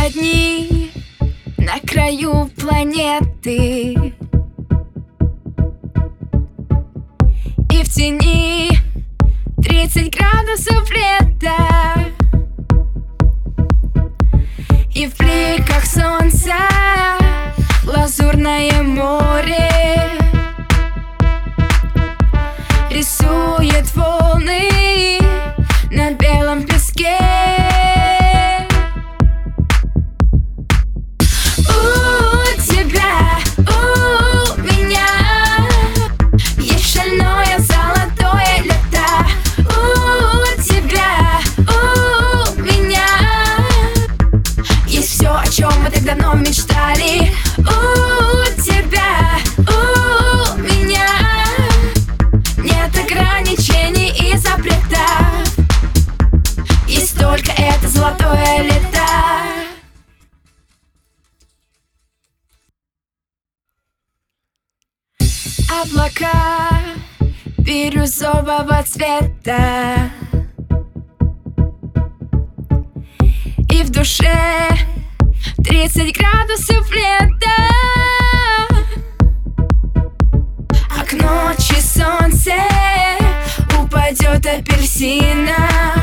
одни на краю планеты, и в тени 30 градусов лета, и в бликах солнца лазурное море рисует волны на белом песке. У тебя, у меня есть шальное золотое лето. У тебя, у меня есть все, о чем мы так давно мечтали. У тебя, у меня нет ограничений и запретов. Есть только это золотое лето. Облака бирюзового цвета, и в душе 30 градусов лета. А к ночи солнце упадет апельсина.